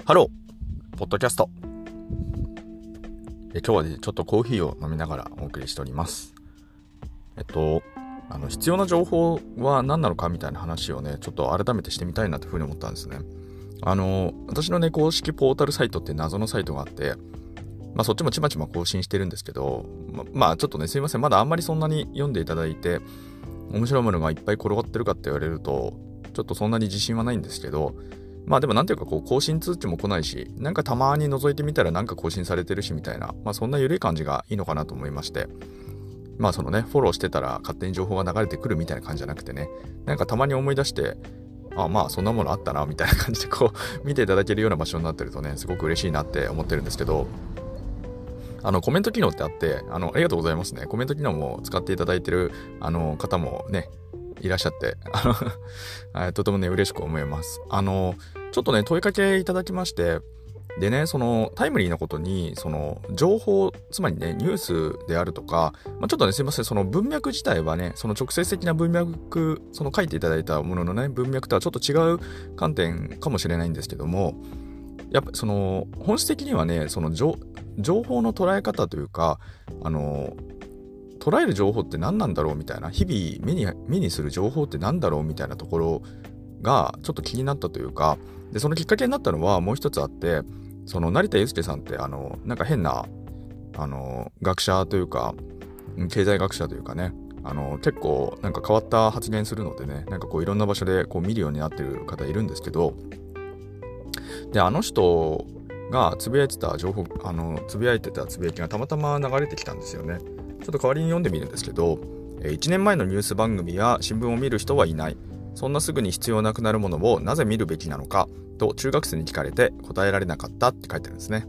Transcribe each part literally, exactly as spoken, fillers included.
ハローポッドキャスト。え今日はねちょっとコーヒーを飲みながらお送りしております。えっとあの必要な情報は何なのかみたいな話をねちょっと改めてしてみたいなというふうに思ったんですね。あの私のね公式ポータルサイトって謎のサイトがあって、まあそっちもちまちま更新してるんですけど、ま、まあちょっとねすいません、まだあんまりそんなに読んでいただいて面白いものがいっぱい転がってるかって言われるとちょっとそんなに自信はないんですけど、まあでもなんていうかこう更新通知も来ないし、なんかたまに覗いてみたらなんか更新されてるしみたいな、まあそんな緩い感じがいいのかなと思いまして、まあそのねフォローしてたら勝手に情報が流れてくるみたいな感じじゃなくてね、なんかたまに思い出してあまあそんなものあったなみたいな感じでこう見ていただけるような場所になってるとねすごく嬉しいなって思ってるんですけど、あのコメント機能ってあってあのありがとうございますね。コメント機能も使っていただいてるあの方もねいらっしゃってあのとてもね嬉しく思います。あのちょっとね問いかけいただきまして、でねそのタイムリーなことにその情報、つまりねニュースであるとか、まあ、ちょっとねすいません、その文脈自体はねその直接的な文脈、その書いていただいたもののね文脈とはちょっと違う観点かもしれないんですけども、やっぱその本質的にはねその情報の捉え方というか、あの捉える情報って何なんだろうみたいな、日々目に目にする情報って何だろうみたいなところがちょっと気になったというか、でそのきっかけになったのはもう一つあって、その成田悠輔さんってあのなんか変なあの学者というか経済学者というかね、あの結構なんか変わった発言するのでね、なんかこういろんな場所でこう見るようになってる方いるんですけど、であの人がつぶやいてた情報、あのつぶやいてたつぶやきがたまたま流れてきたんですよね。ちょっと代わりに読んでみるんですけど、いちねんまえのニュース番組や新聞を見る人はいない。そんなすぐに必要なくなるものをなぜ見るべきなのかと中学生に聞かれて答えられなかったって書いてあるんですね。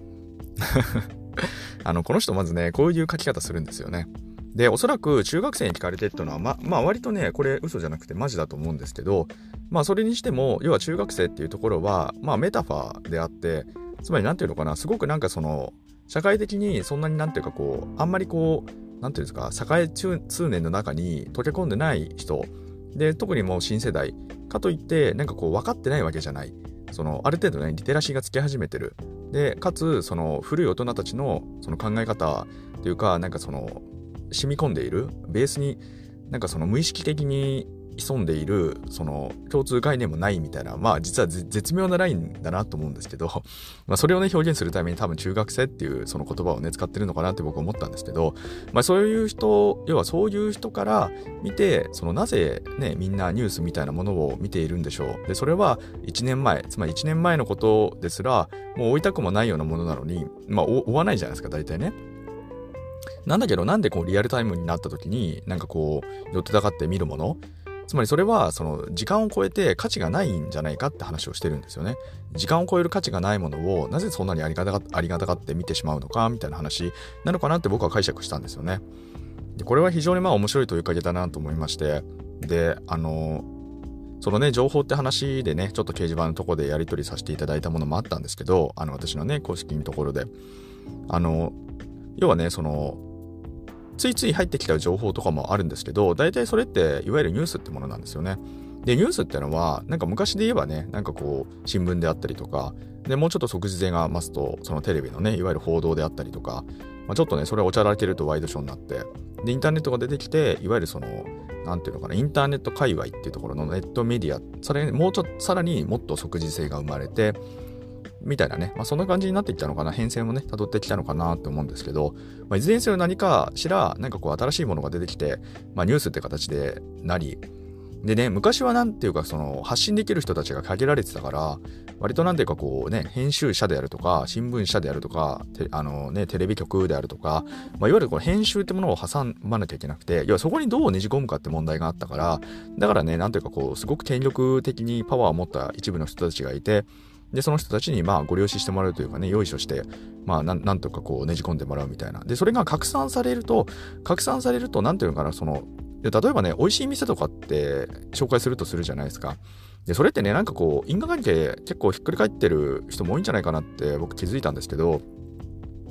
あのこの人まずねこういう書き方するんですよね。でおそらく中学生に聞かれてっていうのはままあ割とねこれ嘘じゃなくてマジだと思うんですけど、まあそれにしても要は中学生っていうところはまあメタファーであって、つまりなんていうのかな、すごくなんかその社会的にそんなになんていうかこうあんまりこうなんていうんですか、栄通念の中に溶け込んでない人で、特にもう新世代かといってなんかこう分かってないわけじゃない、そのある程度ねリテラシーがつき始めてる、でかつその古い大人たちのその考え方というか、なんかその染み込んでいるベースになんかその無意識的に潜んでいるその共通概念もないみたいな、まあ実は絶妙なラインだなと思うんですけど、まあそれをね表現するために多分中学生っていうその言葉をね使ってるのかなって僕は思ったんですけど、まあそういう人、要はそういう人から見て、そのなぜねみんなニュースみたいなものを見ているんでしょう。でそれはいちねんまえ、つまりいちねんまえのことですらもう追いたくもないようなものなのに、まあ追わないじゃないですか大体ね。なんだけどなんでこうリアルタイムになった時になんかこう寄ってたかって見るもの、つまりそれはその時間を超えて価値がないんじゃないかって話をしてるんですよね。時間を超える価値がないものをなぜそんなにありがたがありがたがって見てしまうのかみたいな話なのかなって僕は解釈したんですよね。でこれは非常にまあ面白い問いかけだなと思いまして、であのそのね情報って話でねちょっと掲示板のところでやり取りさせていただいたものもあったんですけど、あの私のね公式のところであの要はねそのついつい入ってきた情報とかもあるんですけど、大体それっていわゆるニュースってものなんですよね。でニュースってのはなんか昔で言えばねなんかこう新聞であったりとかで、もうちょっと即時性が増すとそのテレビのねいわゆる報道であったりとか、まあ、ちょっとねそれをおちゃらけるとワイドショーになって、でインターネットが出てきていわゆるそのなんていうのかな、インターネット界隈っていうところのネットメディア、それもうちょっとさらにもっと即時性が生まれてみたいなね、まあ、そんな感じになってきたのかな、変遷をね辿ってきたのかなって思うんですけど、まあ、いずれにせよ何かしらなんかこう新しいものが出てきて、まあ、ニュースって形でなり、でね昔はなんていうかその発信できる人たちが限られてたから割となんていうかこうね編集者であるとか新聞社であるとかてあのねテレビ局であるとか、まあ、いわゆるこの編集ってものを挟まなきゃいけなくて、要はそこにどうねじ込むかって問題があったから、だからねなんていうかこうすごく権力的にパワーを持った一部の人たちがいて、でその人たちにまあご了承してもらうというかね、用意書してまあなんなんとかこうねじ込んでもらうみたいな。でそれが拡散されると拡散されるとなんていうのかな、そので例えばね美味しい店とかって紹介するとするじゃないですか。でそれってねなんかこう因果関係結構ひっくり返ってる人も多いんじゃないかなって僕気づいたんですけど、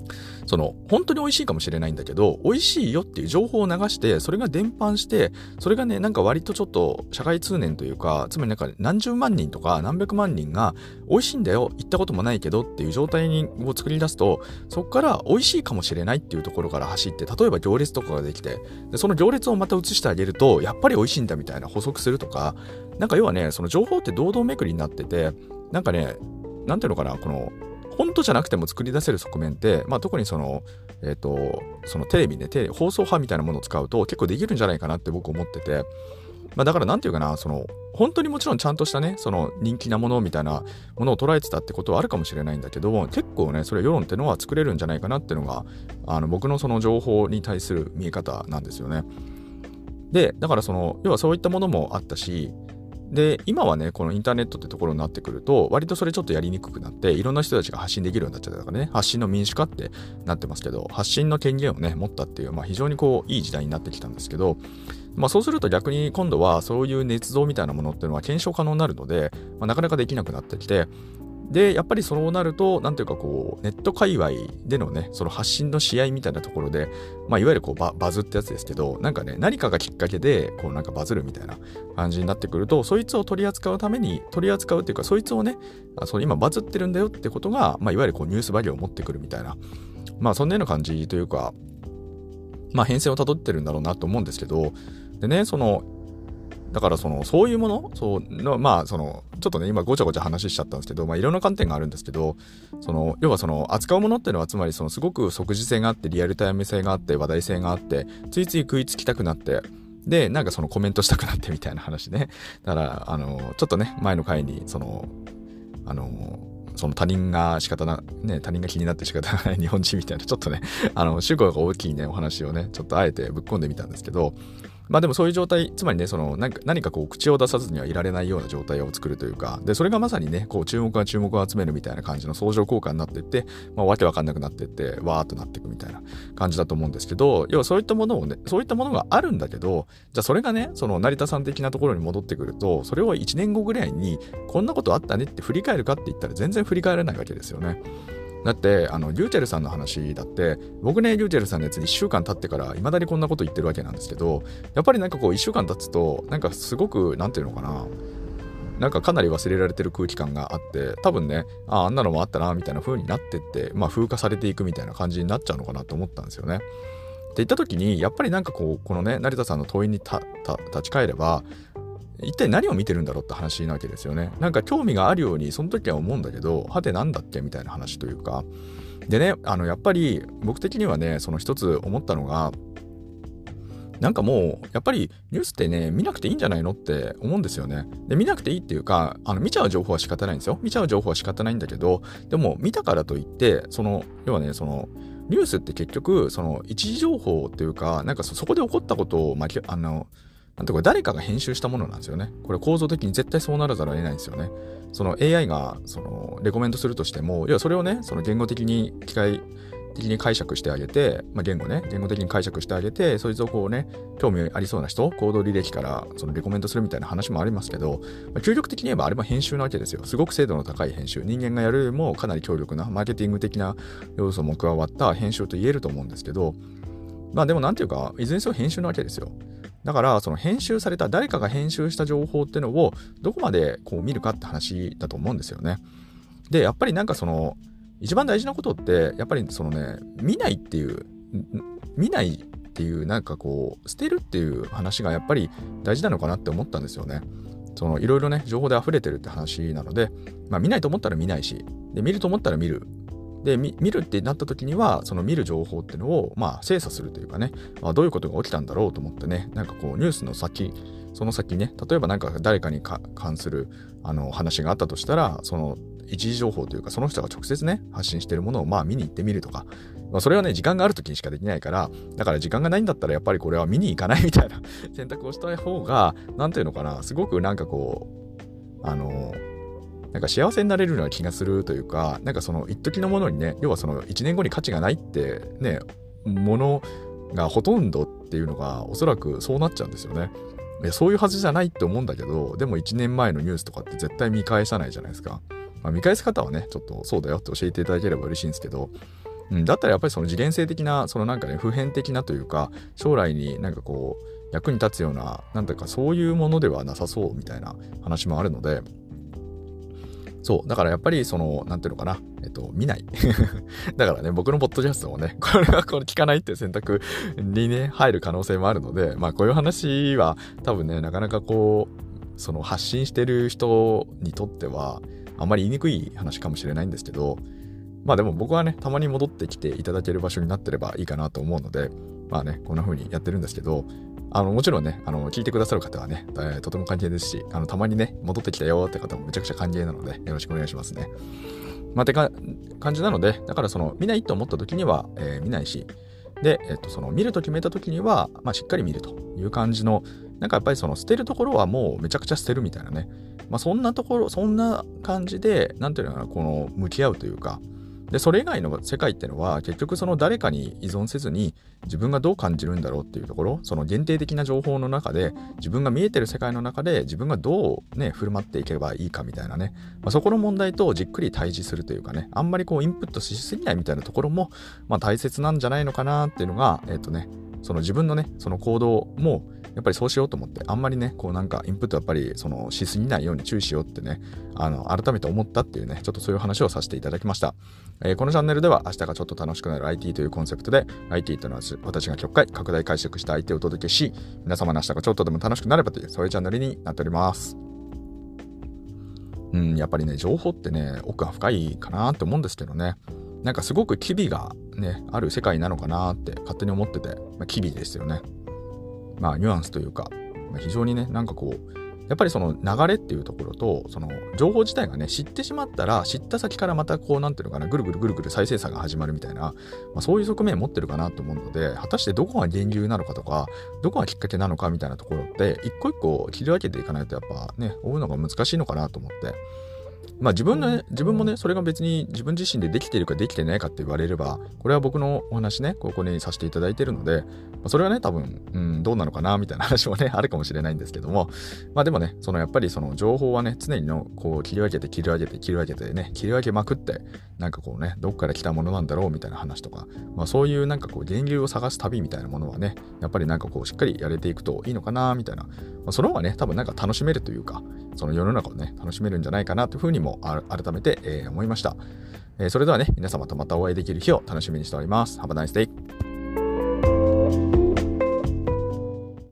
その本当に美味しいかもしれないんだけど、美味しいよっていう情報を流して、それが伝播して、それがね、なんか割とちょっと社会通念というか、つまりなんか何十万人とか何百万人が美味しいんだよ、行ったこともないけどっていう状態にを作り出すと、そこから美味しいかもしれないっていうところから走って、例えば行列とかができて、でその行列をまた移してあげると、やっぱり美味しいんだみたいな補足するとか、なんか要はね、その情報って堂々巡りになってて、なんかね、なんていうのかな、この本当じゃなくても作り出せる側面って、まあ、特にその、えっと、そのテレビね、テレビ、放送派みたいなものを使うと結構できるんじゃないかなって僕思ってて、まあ、だからなんていうかな、その、本当にもちろんちゃんとしたね、その人気なものみたいなものを捉えてたってことはあるかもしれないんだけども、結構ね、それ世論ってのは作れるんじゃないかなっていうのが、あの、僕のその情報に対する見え方なんですよね。で、だからその、要はそういったものもあったし、で、今はね、このインターネットってところになってくると、割とそれちょっとやりにくくなって、いろんな人たちが発信できるようになっちゃったからね、発信の民主化ってなってますけど、発信の権限をね、持ったっていう、まあ非常にこう、いい時代になってきたんですけど、まあそうすると逆に今度はそういう捏造みたいなものっていうのは検証可能になるので、まあ、なかなかできなくなってきて、で、やっぱりそうなると、なんていうかこう、ネット界隈でのね、その発信の試合みたいなところで、まあ、いわゆるこうバ、バズってやつですけど、なんかね、何かがきっかけで、こうなんかバズるみたいな感じになってくると、そいつを取り扱うために、取り扱うっていうか、そいつをね、あその今バズってるんだよってことが、まあ、いわゆるこうニュースバリューを持ってくるみたいな、まあ、そんなような感じというか、まあ、変遷をたどってるんだろうなと思うんですけど、でね、その、だからその、そういうものそうの、まあ、その、ちょっとね、今ごちゃごちゃ話しちゃったんですけど、まあ、いろんな観点があるんですけど、その、要はその、扱うものっていうのは、つまりその、すごく即時性があって、リアルタイム性があって、話題性があって、ついつい食いつきたくなって、で、なんかそのコメントしたくなってみたいな話ね。だから、あの、ちょっとね、前の回に、その、あの、その他人が仕方な、ね、他人が気になって仕方ない日本人みたいな、ちょっとね、あの、主語が大きいね、お話をね、ちょっとあえてぶっ込んでみたんですけど、まあでもそういう状態、つまりね、その何か、何かこう口を出さずにはいられないような状態を作るというか、で、それがまさにね、こう注目が注目を集めるみたいな感じの相乗効果になっていって、まあわけわかんなくなっていって、わーっとなっていくみたいな感じだと思うんですけど、要はそういったものをね、そういったものがあるんだけど、じゃあそれがね、その成田さん的なところに戻ってくると、それをいちねんごぐらいに、こんなことあったねって振り返るかって言ったら全然振り返らないわけですよね。だって、あの、リューチェルさんの話だって、僕ね、リューチェルさんのやついっしゅうかん経ってから、未だにこんなこと言ってるわけなんですけど、やっぱりなんかこう、いっしゅうかん経つと、なんかすごく、なんていうのかな、なんかかなり忘れられてる空気感があって、多分ね、ああ、あんなのもあったな、みたいな風になってって、まあ、風化されていくみたいな感じになっちゃうのかなと思ったんですよね。って言った時に、やっぱりなんかこう、このね、成田さんの問いにたた立ち返れば、一体何を見てるんだろうって話なわけですよね。なんか興味があるようにその時は思うんだけど、はてなんだっけみたいな話というか。でね、あのやっぱり僕的にはね、その一つ思ったのが、なんかもうやっぱりニュースってね、見なくていいんじゃないのって思うんですよね。で、見なくていいっていうか、あの見ちゃう情報は仕方ないんですよ。見ちゃう情報は仕方ないんだけど、でも見たからといって、その要はね、そのニュースって結局その一時情報っていうか、なんか そ, そこで起こったことをまあのなんてこれ誰かが編集したものなんですよね。これ構造的に絶対そうならざるを得ないんですよね。その エーアイ がそのレコメントするとしても、要はそれをね、その言語的に機械的に解釈してあげて、まあ、言語ね、言語的に解釈してあげて、そいつをこうね、興味ありそうな人、行動履歴からそのレコメントするみたいな話もありますけど、まあ、究極的に言えばあれも編集なわけですよ。すごく精度の高い編集。人間がやるよりもかなり強力なマーケティング的な要素も加わった編集と言えると思うんですけど、まあでもなんていうか、いずれにせよ編集なわけですよ。だからその編集された誰かが編集した情報っていうのをどこまでこう見るかって話だと思うんですよね。で、やっぱりなんかその一番大事なことってやっぱりそのね、見ないっていう見ないっていうなんかこう捨てるっていう話がやっぱり大事なのかなって思ったんですよね。そのいろいろね情報で溢れてるって話なので、まあ見ないと思ったら見ないし、で見ると思ったら見る。で、見るってなった時には、その見る情報っていうのを、まあ、精査するというかね、まあ、どういうことが起きたんだろうと思ってね、なんかこう、ニュースの先、その先ね、例えばなんか誰かに関するあの話があったとしたら、その一時情報というか、その人が直接ね、発信しているものをまあ見に行ってみるとか、まあ、それはね、時間がある時にしかできないから、だから時間がないんだったら、やっぱりこれは見に行かないみたいな選択をした方が、なんていうのかな、すごくなんかこう、あの、なんか幸せになれるような気がするというか、なんかその一時のものにね、要はそのいちねんごに価値がないってね、ものがほとんどっていうのがおそらくそうなっちゃうんですよね。いや、そういうはずじゃないって思うんだけど、でもいちねんまえのニュースとかって絶対見返さないじゃないですか。まあ、見返す方はね、ちょっとそうだよって教えていただければ嬉しいんですけど、 うん、だったらやっぱりその次元性的な、そのなんかね、普遍的なというか、将来になんかこう、役に立つような、なんていうかそういうものではなさそうみたいな話もあるので、そう、だからやっぱりその、なんていうのかな、えっと、見ない。だからね、僕のポッドキャストもね、これはこれ聞かないっていう選択にね、入る可能性もあるので、まあこういう話は多分ね、なかなかこう、その発信してる人にとっては、あんまり言いにくい話かもしれないんですけど、まあでも僕はね、たまに戻ってきていただける場所になってればいいかなと思うので、まあね、こんな風にやってるんですけど、あの、もちろんね、あの、聞いてくださる方はね、えーとても歓迎ですし、あの、たまにね、戻ってきたよって方もめちゃくちゃ歓迎なので、よろしくお願いしますね。まあ、てか、感じなので、だからその、見ないと思った時には、えー見ないし、で、えっと、その、見ると決めた時には、まあ、しっかり見るという感じの、なんかやっぱりその、捨てるところはもうめちゃくちゃ捨てるみたいなね。まあ、そんなところ、そんな感じで、なんていうのかな、この、向き合うというか、で、それ以外の世界っていうのは、結局その誰かに依存せずに、自分がどう感じるんだろうっていうところ、その限定的な情報の中で、自分が見えてる世界の中で、自分がどうね、振る舞っていけばいいかみたいなね、まあ、そこの問題とじっくり対峙するというかね、あんまりこうインプットしすぎないみたいなところも、まあ大切なんじゃないのかなっていうのが、えっとね、その自分のね、その行動も、やっぱりそうしようと思って、あんまりね、こうなんかインプットやっぱりそのしすぎないように注意しようってね、あの、改めて思ったっていうね、ちょっとそういう話をさせていただきました。えーこのチャンネルでは明日がちょっと楽しくなる アイティー というコンセプトで アイティー というのは私が極快拡大解釈した相手をお届けし、皆様の明日がちょっとでも楽しくなればというそういうチャンネルになっております。うん、やっぱりね、情報ってね、奥が深いかなって思うんですけどね。なんかすごく機微がね、ある世界なのかなって勝手に思ってて、まあ、機微ですよね。まあニュアンスというか、まあ、非常にね、なんかこう、やっぱりその流れっていうところと、その情報自体がね、知ってしまったら、知った先からまたこう、なんていうのかな、ぐるぐるぐるぐる再生産が始まるみたいな、まあ、そういう側面持ってるかなと思うので、果たしてどこが源流なのかとか、どこがきっかけなのかみたいなところって、一個一個切り分けていかないとやっぱね、追うのが難しいのかなと思って、まあ自分のね、自分もね、それが別に自分自身でできているかできてないかって言われれば、これは僕のお話ね、ここにさせていただいているので、まあ、それはね、多分、うん、どうなのかな、みたいな話もね、あるかもしれないんですけども、まあでもね、そのやっぱりその情報はね、常にの、こう切り分けて切り分けて切り分けてね、切り分けまくって、なんかこうね、どっから来たものなんだろう、みたいな話とか、まあそういうなんかこう、源流を探す旅みたいなものはね、やっぱりなんかこう、しっかりやれていくといいのかな、みたいな、まあ、その方がね、多分なんか楽しめるというか、その世の中をね、楽しめるんじゃないかなというふうにも改めて、えー、思いました、えー。それではね、皆様とまたお会いできる日を楽しみにしております。Have a nice day!